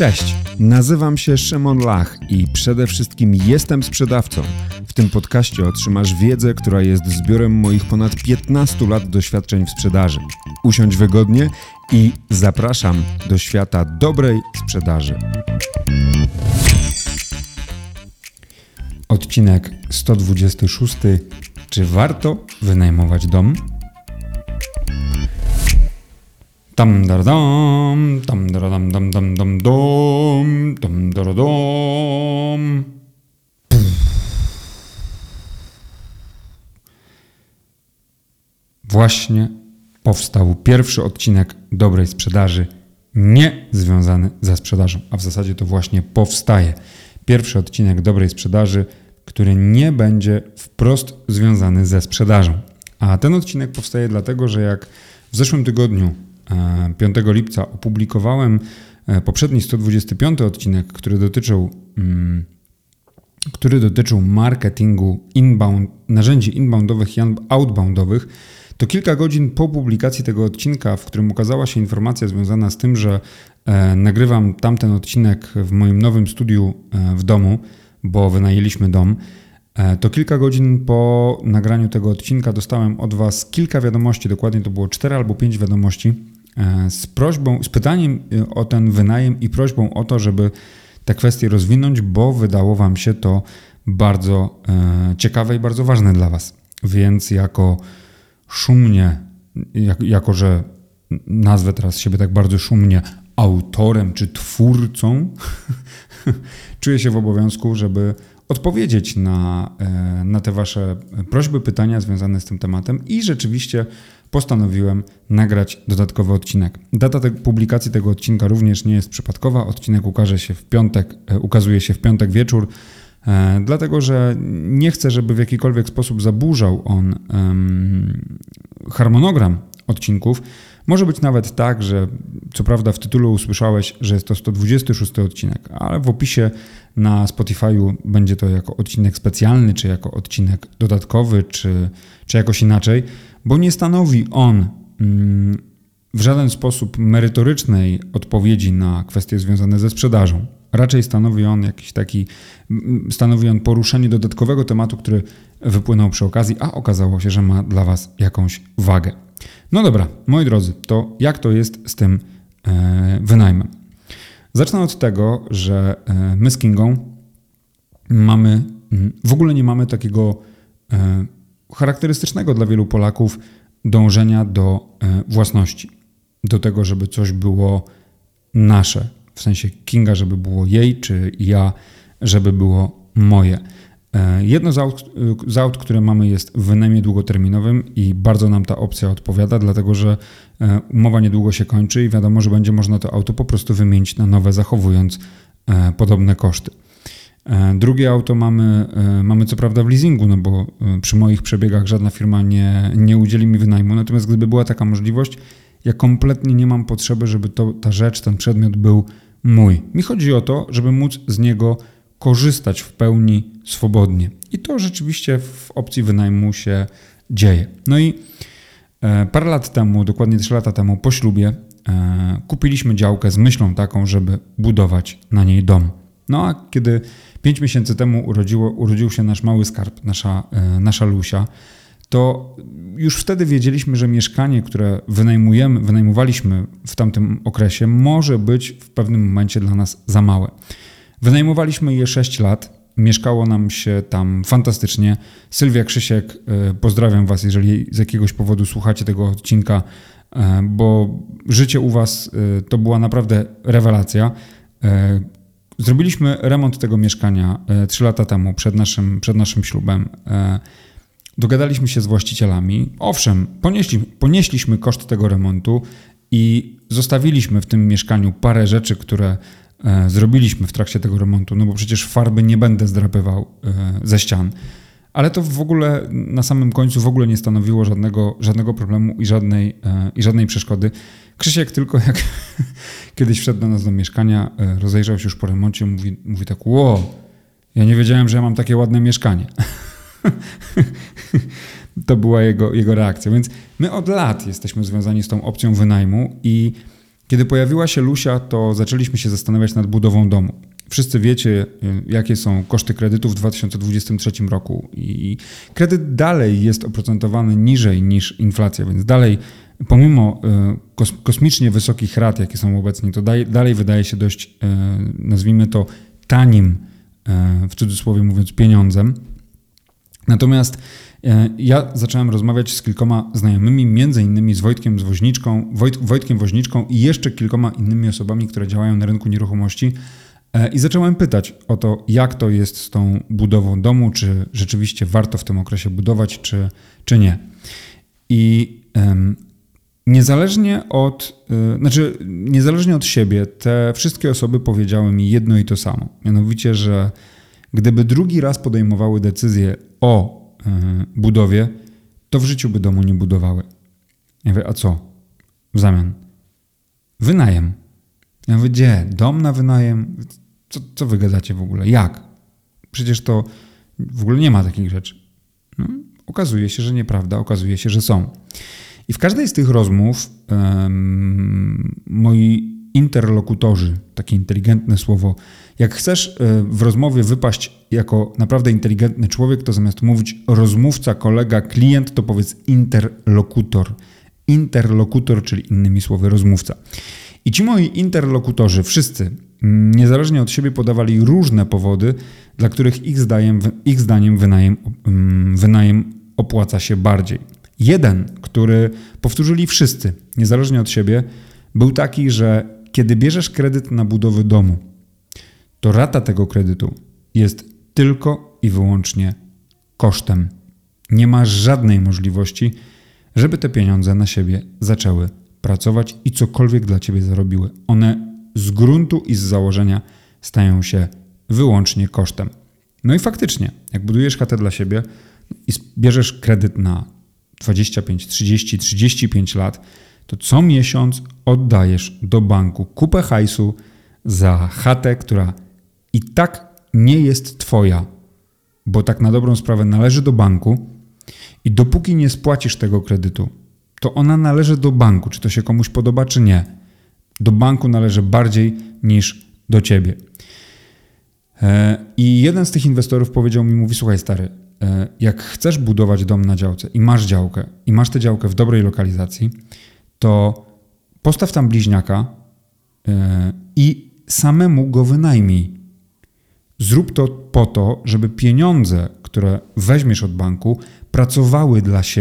Cześć, nazywam się Szymon Lach i przede wszystkim jestem sprzedawcą. W tym podcaście otrzymasz wiedzę, która jest zbiorem moich ponad 15 lat doświadczeń w sprzedaży. Usiądź wygodnie i zapraszam do świata dobrej sprzedaży. Odcinek 126. Czy warto wynajmować dom? Tam daradam, tam daradam, dam dam dam dom, tam daradam. Właśnie powstał pierwszy odcinek dobrej sprzedaży, nie związany ze sprzedażą, a w zasadzie to właśnie powstaje pierwszy odcinek dobrej sprzedaży, który nie będzie wprost związany ze sprzedażą. A ten odcinek powstaje dlatego, że jak w zeszłym tygodniu 5 lipca opublikowałem poprzedni 125 odcinek, który dotyczył marketingu inbound, narzędzi inboundowych i outboundowych, to kilka godzin po publikacji tego odcinka, w którym ukazała się informacja związana z tym, że nagrywam tamten odcinek w moim nowym studiu w domu, bo wynajęliśmy dom, to kilka godzin po nagraniu tego odcinka dostałem od Was kilka wiadomości, dokładnie to było 4 albo 5 wiadomości z pytaniem o ten wynajem i prośbą o to, żeby tę kwestię rozwinąć, bo wydało Wam się to bardzo ciekawe i bardzo ważne dla Was. Więc jako że nazwę teraz siebie tak bardzo szumnie autorem czy twórcą, czuję się w obowiązku, żeby odpowiedzieć na te Wasze prośby, pytania związane z tym tematem i rzeczywiście postanowiłem nagrać dodatkowy odcinek. Data publikacji tego odcinka również nie jest przypadkowa. Odcinek ukazuje się w piątek wieczór, dlatego że nie chcę, żeby w jakikolwiek sposób zaburzał on harmonogram odcinków. Może być nawet tak, że co prawda w tytule usłyszałeś, że jest to 126 odcinek, ale w opisie na Spotify'u będzie to jako odcinek specjalny, czy jako odcinek dodatkowy, czy jakoś inaczej, bo nie stanowi on w żaden sposób merytorycznej odpowiedzi na kwestie związane ze sprzedażą. Raczej stanowi on poruszenie dodatkowego tematu, który wypłynął przy okazji, a okazało się, że ma dla Was jakąś wagę. No dobra, moi drodzy, to jak to jest z tym wynajmem? Zacznę od tego, że my z Kingą w ogóle nie mamy takiego charakterystycznego dla wielu Polaków dążenia do własności. Do tego, żeby coś było nasze. W sensie Kinga, żeby było jej, czy ja, żeby było moje. Jedno z aut, które mamy, jest w wynajmie długoterminowym i bardzo nam ta opcja odpowiada, dlatego że umowa niedługo się kończy i wiadomo, że będzie można to auto po prostu wymienić na nowe, zachowując podobne koszty. Drugie auto mamy co prawda w leasingu, no bo przy moich przebiegach żadna firma nie udzieli mi wynajmu, natomiast gdyby była taka możliwość, ja kompletnie nie mam potrzeby, żeby ten przedmiot był mój. Mi chodzi o to, żeby móc z niego korzystać w pełni swobodnie. I to rzeczywiście w opcji wynajmu się dzieje. No i parę lat temu, dokładnie 3 lata temu, po ślubie kupiliśmy działkę z myślą taką, żeby budować na niej dom. No a kiedy 5 miesięcy temu urodził się nasz mały skarb, nasza Lusia, to już wtedy wiedzieliśmy, że mieszkanie, które wynajmowaliśmy w tamtym okresie, może być w pewnym momencie dla nas za małe. Wynajmowaliśmy je 6 lat, mieszkało nam się tam fantastycznie. Sylwia, Krzysiek, pozdrawiam Was, jeżeli z jakiegoś powodu słuchacie tego odcinka, bo życie u Was to była naprawdę rewelacja. Zrobiliśmy remont tego mieszkania 3 lata temu, przed naszym ślubem. Dogadaliśmy się z właścicielami. Owszem, ponieśliśmy koszt tego remontu i zostawiliśmy w tym mieszkaniu parę rzeczy, które zrobiliśmy w trakcie tego remontu, no bo przecież farby nie będę zdrapywał ze ścian. Ale to w ogóle na samym końcu w ogóle nie stanowiło żadnego problemu i żadnej przeszkody. Krzysiek tylko jak kiedyś wszedł do nas do mieszkania, rozejrzał się już po remoncie, mówi tak: wow, ja nie wiedziałem, że ja mam takie ładne mieszkanie. To była jego reakcja. Więc my od lat jesteśmy związani z tą opcją wynajmu i Kiedy pojawiła się Lusia, to zaczęliśmy się zastanawiać nad budową domu. Wszyscy wiecie, jakie są koszty kredytu w 2023 roku i kredyt dalej jest oprocentowany niżej niż inflacja, więc dalej, pomimo kosmicznie wysokich rat, jakie są obecnie, to dalej wydaje się dość, nazwijmy to, tanim, w cudzysłowie mówiąc, pieniądzem. Natomiast ja zacząłem rozmawiać z kilkoma znajomymi, między innymi z Wojtkiem Woźniczką i jeszcze kilkoma innymi osobami, które działają na rynku nieruchomości i zacząłem pytać o to, jak to jest z tą budową domu, czy rzeczywiście warto w tym okresie budować, czy nie. I niezależnie od siebie te wszystkie osoby powiedziały mi jedno i to samo. Mianowicie, że gdyby drugi raz podejmowały decyzję o budowie, to w życiu by domu nie budowały. Ja mówię, a co w zamian? Wynajem. Ja mówię, gdzie? Dom na wynajem? Co wy gadacie w ogóle? Jak? Przecież to w ogóle nie ma takich rzeczy. No, okazuje się, że nieprawda, okazuje się, że są. I w każdej z tych rozmów moi interlokutorzy, takie inteligentne słowo, jak chcesz w rozmowie wypaść jako naprawdę inteligentny człowiek, to zamiast mówić rozmówca, kolega, klient, to powiedz interlokutor. Interlokutor, czyli innymi słowy rozmówca. I ci moi interlokutorzy, wszyscy, niezależnie od siebie podawali różne powody, dla których ich zdaniem wynajem opłaca się bardziej. Jeden, który powtórzyli wszyscy, niezależnie od siebie, był taki, że kiedy bierzesz kredyt na budowę domu, to rata tego kredytu jest tylko i wyłącznie kosztem. Nie ma żadnej możliwości, żeby te pieniądze na siebie zaczęły pracować i cokolwiek dla ciebie zarobiły. One z gruntu i z założenia stają się wyłącznie kosztem. No i faktycznie, jak budujesz chatę dla siebie i bierzesz kredyt na 25, 30, 35 lat, to co miesiąc oddajesz do banku kupę hajsu za chatę, która i tak nie jest twoja, bo tak na dobrą sprawę należy do banku i dopóki nie spłacisz tego kredytu, to ona należy do banku, czy to się komuś podoba, czy nie. Do banku należy bardziej niż do ciebie. I jeden z tych inwestorów powiedział mi, mówi, słuchaj stary, jak chcesz budować dom na działce i masz działkę, i masz tę działkę w dobrej lokalizacji, to postaw tam bliźniaka i samemu go wynajmij. Zrób to po to, żeby pieniądze, które weźmiesz od banku, pracowały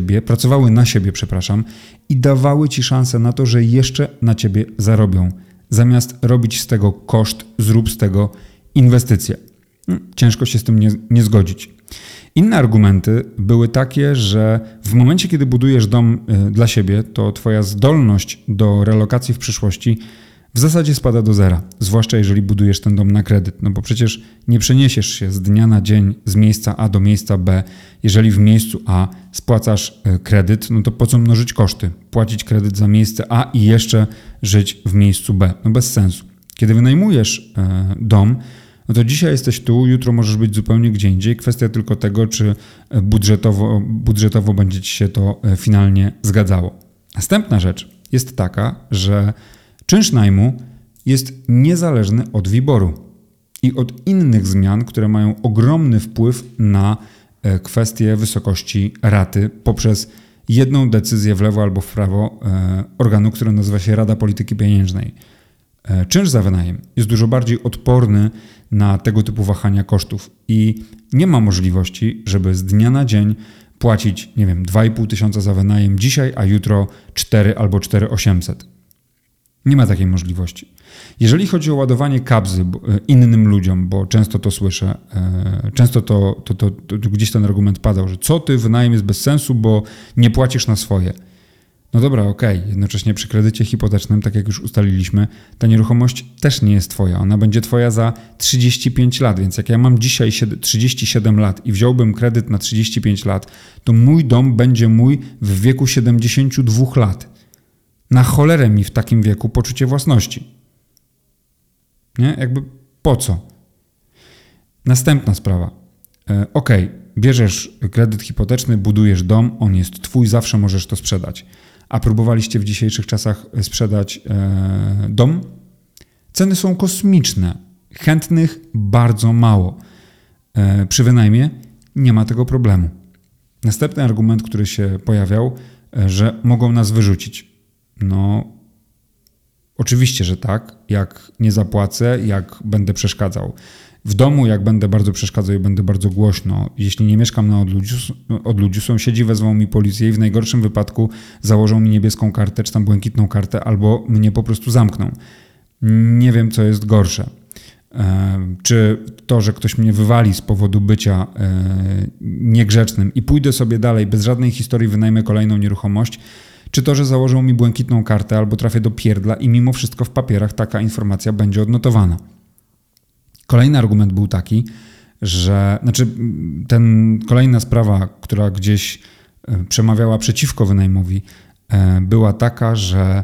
na siebie, i dawały ci szansę na to, że jeszcze na ciebie zarobią. Zamiast robić z tego koszt, zrób z tego inwestycję. Ciężko się z tym nie zgodzić. Inne argumenty były takie, że w momencie, kiedy budujesz dom dla siebie, to twoja zdolność do relokacji w przyszłości w zasadzie spada do zera, zwłaszcza jeżeli budujesz ten dom na kredyt, no bo przecież nie przeniesiesz się z dnia na dzień z miejsca A do miejsca B. Jeżeli w miejscu A spłacasz kredyt, no to po co mnożyć koszty? Płacić kredyt za miejsce A i jeszcze żyć w miejscu B. No bez sensu. Kiedy wynajmujesz dom, no to dzisiaj jesteś tu, jutro możesz być zupełnie gdzie indziej. Kwestia tylko tego, czy budżetowo będzie ci się to finalnie zgadzało. Następna rzecz jest taka, że czynsz najmu jest niezależny od WIBOR-u i od innych zmian, które mają ogromny wpływ na kwestię wysokości raty poprzez jedną decyzję w lewo albo w prawo organu, który nazywa się Rada Polityki Pieniężnej. Czynsz za wynajem jest dużo bardziej odporny na tego typu wahania kosztów i nie ma możliwości, żeby z dnia na dzień płacić, 2,5 tysiąca za wynajem dzisiaj, a jutro 4 albo 4,800. Nie ma takiej możliwości. Jeżeli chodzi o ładowanie kabzy innym ludziom, bo często to słyszę, często to gdzieś ten argument padał, że co ty, wynajem jest bez sensu, bo nie płacisz na swoje. No dobra, okej. Jednocześnie przy kredycie hipotecznym, tak jak już ustaliliśmy, ta nieruchomość też nie jest twoja. Ona będzie twoja za 35 lat, więc jak ja mam dzisiaj 37 lat i wziąłbym kredyt na 35 lat, to mój dom będzie mój w wieku 72 lat. Na cholerę mi w takim wieku poczucie własności. Nie? Jakby po co? Następna sprawa. Bierzesz kredyt hipoteczny, budujesz dom, on jest twój, zawsze możesz to sprzedać. a próbowaliście w dzisiejszych czasach sprzedać dom, ceny są kosmiczne. Chętnych bardzo mało. Przy wynajmie nie ma tego problemu. Następny argument, który się pojawiał, że mogą nas wyrzucić. No, oczywiście, że tak. Jak nie zapłacę, jak będę przeszkadzał. W domu, jak będę bardzo przeszkadzał i będę bardzo głośno, jeśli nie mieszkam na odludziu, sąsiedzi wezwą mi policję i w najgorszym wypadku założą mi niebieską kartę, czy tam błękitną kartę, albo mnie po prostu zamkną. Nie wiem, co jest gorsze. Czy to, że ktoś mnie wywali z powodu bycia niegrzecznym i pójdę sobie dalej, bez żadnej historii wynajmę kolejną nieruchomość, czy to, że założą mi błękitną kartę albo trafię do pierdla i mimo wszystko w papierach taka informacja będzie odnotowana. Kolejny argument był taki, że kolejna sprawa, która gdzieś przemawiała przeciwko wynajmowi, była taka, że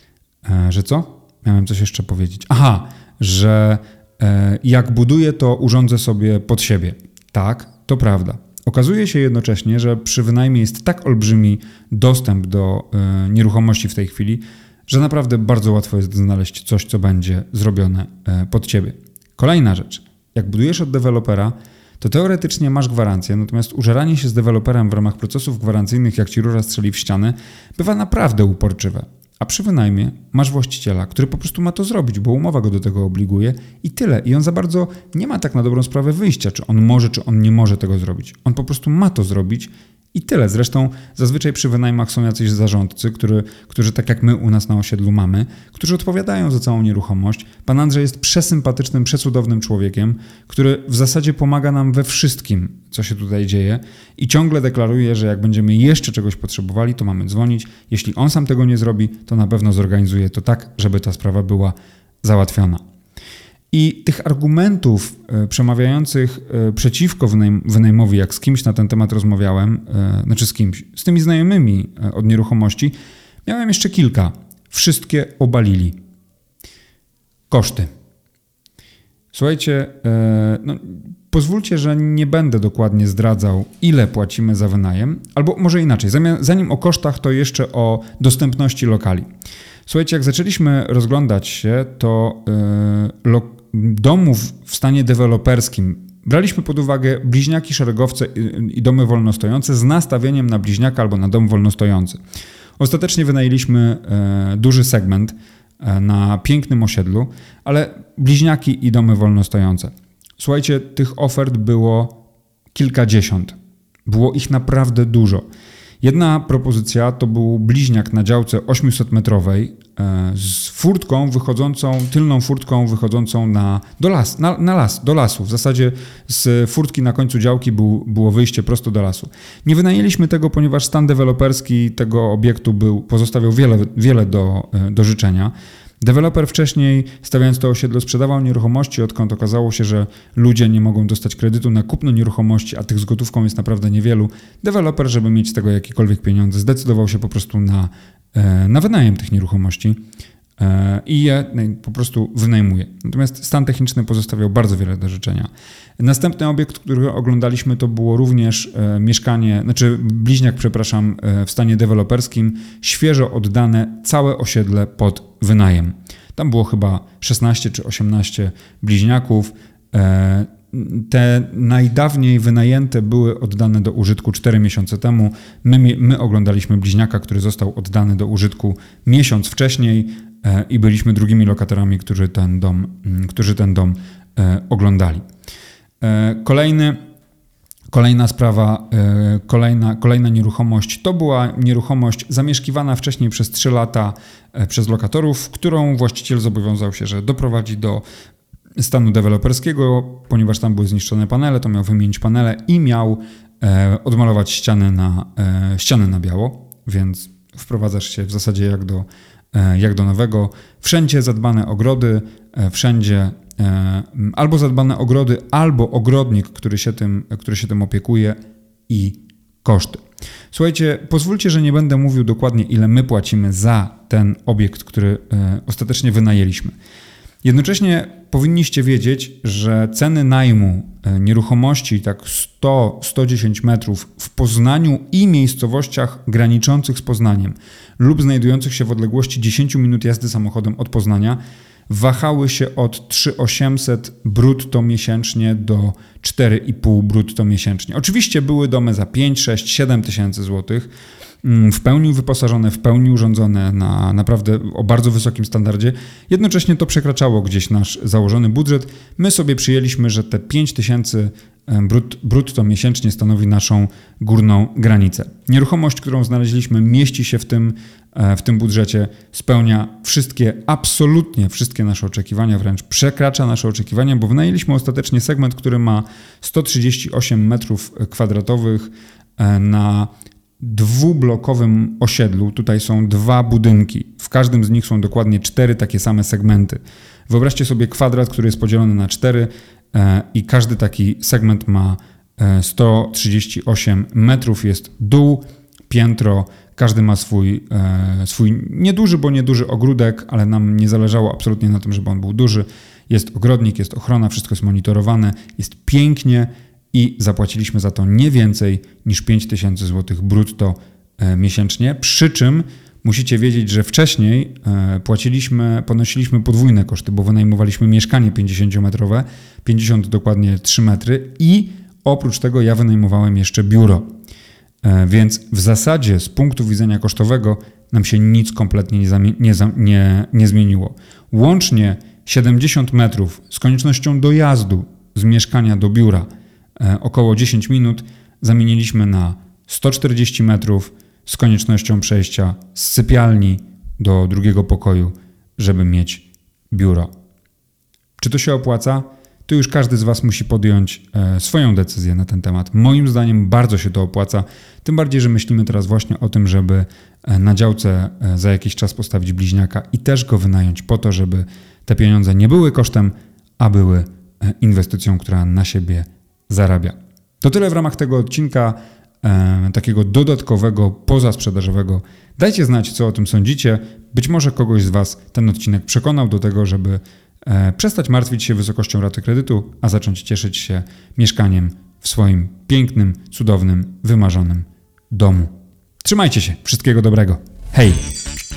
co? Miałem coś jeszcze powiedzieć. Aha, że jak buduję, to urządzę sobie pod siebie. Tak, to prawda. Okazuje się jednocześnie, że przy wynajmie jest tak olbrzymi dostęp do nieruchomości w tej chwili, że naprawdę bardzo łatwo jest znaleźć coś, co będzie zrobione pod ciebie. Kolejna rzecz. Jak budujesz od dewelopera, to teoretycznie masz gwarancję, natomiast użeranie się z deweloperem w ramach procesów gwarancyjnych, jak ci rura strzeli w ścianę, bywa naprawdę uporczywe. A przy wynajmie masz właściciela, który po prostu ma to zrobić, bo umowa go do tego obliguje i tyle. I on za bardzo nie ma tak na dobrą sprawę wyjścia, czy on może, czy on nie może tego zrobić. On po prostu ma to zrobić i tyle. Zresztą zazwyczaj przy wynajmach są jacyś zarządcy, którzy tak jak my u nas na osiedlu mamy, którzy odpowiadają za całą nieruchomość. Pan Andrzej jest przesympatycznym, przecudownym człowiekiem, który w zasadzie pomaga nam we wszystkim, co się tutaj dzieje i ciągle deklaruje, że jak będziemy jeszcze czegoś potrzebowali, to mamy dzwonić. Jeśli on sam tego nie zrobi, to na pewno zorganizuje to tak, żeby ta sprawa była załatwiona. I tych argumentów przemawiających przeciwko wynajmowi, jak z kimś na ten temat rozmawiałem, z tymi znajomymi od nieruchomości, miałem jeszcze kilka. Wszystkie obalili. Koszty. Słuchajcie, pozwólcie, że nie będę dokładnie zdradzał, ile płacimy za wynajem, albo może inaczej, zanim o kosztach, to jeszcze o dostępności lokali. Słuchajcie, jak zaczęliśmy rozglądać się, to domów w stanie deweloperskim braliśmy pod uwagę bliźniaki, szeregowce i domy wolnostojące z nastawieniem na bliźniaka albo na dom wolnostojący. Ostatecznie wynajęliśmy duży segment na pięknym osiedlu, ale bliźniaki i domy wolnostojące. Słuchajcie, tych ofert było kilkadziesiąt. Było ich naprawdę dużo. Jedna propozycja to był bliźniak na działce 800-metrowej z furtką wychodzącą, tylną furtką wychodzącą do lasu. W zasadzie z furtki na końcu działki było wyjście prosto do lasu. Nie wynajęliśmy tego, ponieważ stan deweloperski tego obiektu pozostawiał wiele do życzenia. Deweloper wcześniej, stawiając to osiedle, sprzedawał nieruchomości, odkąd okazało się, że ludzie nie mogą dostać kredytu na kupno nieruchomości, a tych z gotówką jest naprawdę niewielu. Deweloper, żeby mieć z tego jakiekolwiek pieniądze, zdecydował się po prostu na wynajem tych nieruchomości i je po prostu wynajmuje. Natomiast stan techniczny pozostawiał bardzo wiele do życzenia. Następny obiekt, który oglądaliśmy, to było również bliźniak, w stanie deweloperskim, świeżo oddane całe osiedle pod wynajem. Tam było chyba 16 czy 18 bliźniaków. Te najdawniej wynajęte były oddane do użytku 4 miesiące temu. My oglądaliśmy bliźniaka, który został oddany do użytku miesiąc wcześniej i byliśmy drugimi lokatorami, którzy ten dom oglądali. Kolejna sprawa, kolejna nieruchomość to była nieruchomość zamieszkiwana wcześniej przez 3 lata przez lokatorów, którą właściciel zobowiązał się, że doprowadzi do stanu deweloperskiego, ponieważ tam były zniszczone panele, to miał wymienić panele i miał odmalować ściany na biało, więc wprowadzasz się w zasadzie jak do nowego. Wszędzie zadbane ogrody, wszędzie albo zadbane ogrody, albo ogrodnik, który się tym opiekuje i koszty. Słuchajcie, pozwólcie, że nie będę mówił dokładnie, ile my płacimy za ten obiekt, który ostatecznie wynajęliśmy. Jednocześnie powinniście wiedzieć, że ceny najmu nieruchomości tak 100-110 metrów w Poznaniu i miejscowościach graniczących z Poznaniem lub znajdujących się w odległości 10 minut jazdy samochodem od Poznania wahały się od 3800 brutto miesięcznie do 4,5 brutto miesięcznie. Oczywiście były domy za 5, 6, 7 tysięcy złotych, w pełni wyposażone, w pełni urządzone na naprawdę o bardzo wysokim standardzie. Jednocześnie to przekraczało gdzieś nasz założony budżet. My sobie przyjęliśmy, że te 5 tysięcy brutto miesięcznie stanowi naszą górną granicę. Nieruchomość, którą znaleźliśmy, mieści się w tym budżecie, spełnia absolutnie wszystkie nasze oczekiwania, wręcz przekracza nasze oczekiwania, bo wynajęliśmy ostatecznie segment, który ma 138 metrów kwadratowych na dwublokowym osiedlu. Tutaj są 2 budynki. W każdym z nich są dokładnie 4 takie same segmenty. Wyobraźcie sobie kwadrat, który jest podzielony na 4 i każdy taki segment ma 138 metrów. Jest dół, piętro, każdy ma swój nieduży ogródek, ale nam nie zależało absolutnie na tym, żeby on był duży. Jest ogrodnik, jest ochrona, wszystko jest monitorowane, jest pięknie i zapłaciliśmy za to nie więcej niż 5 tysięcy złotych brutto miesięcznie, przy czym musicie wiedzieć, że wcześniej ponosiliśmy podwójne koszty, bo wynajmowaliśmy mieszkanie 50-metrowe, 50 dokładnie 3 metry i oprócz tego ja wynajmowałem jeszcze biuro. Więc w zasadzie z punktu widzenia kosztowego nam się nic kompletnie nie zmieniło. Łącznie 70 metrów z koniecznością dojazdu z mieszkania do biura około 10 minut zamieniliśmy na 140 metrów z koniecznością przejścia z sypialni do drugiego pokoju, żeby mieć biuro. Czy to się opłaca? To już każdy z Was musi podjąć swoją decyzję na ten temat. Moim zdaniem bardzo się to opłaca, tym bardziej, że myślimy teraz właśnie o tym, żeby na działce za jakiś czas postawić bliźniaka i też go wynająć po to, żeby te pieniądze nie były kosztem, a były inwestycją, która na siebie zarabia. To tyle w ramach tego odcinka takiego dodatkowego, pozasprzedażowego. Dajcie znać, co o tym sądzicie. Być może kogoś z Was ten odcinek przekonał do tego, żeby przestać martwić się wysokością raty kredytu, a zacząć cieszyć się mieszkaniem w swoim pięknym, cudownym, wymarzonym domu. Trzymajcie się. Wszystkiego dobrego. Hej!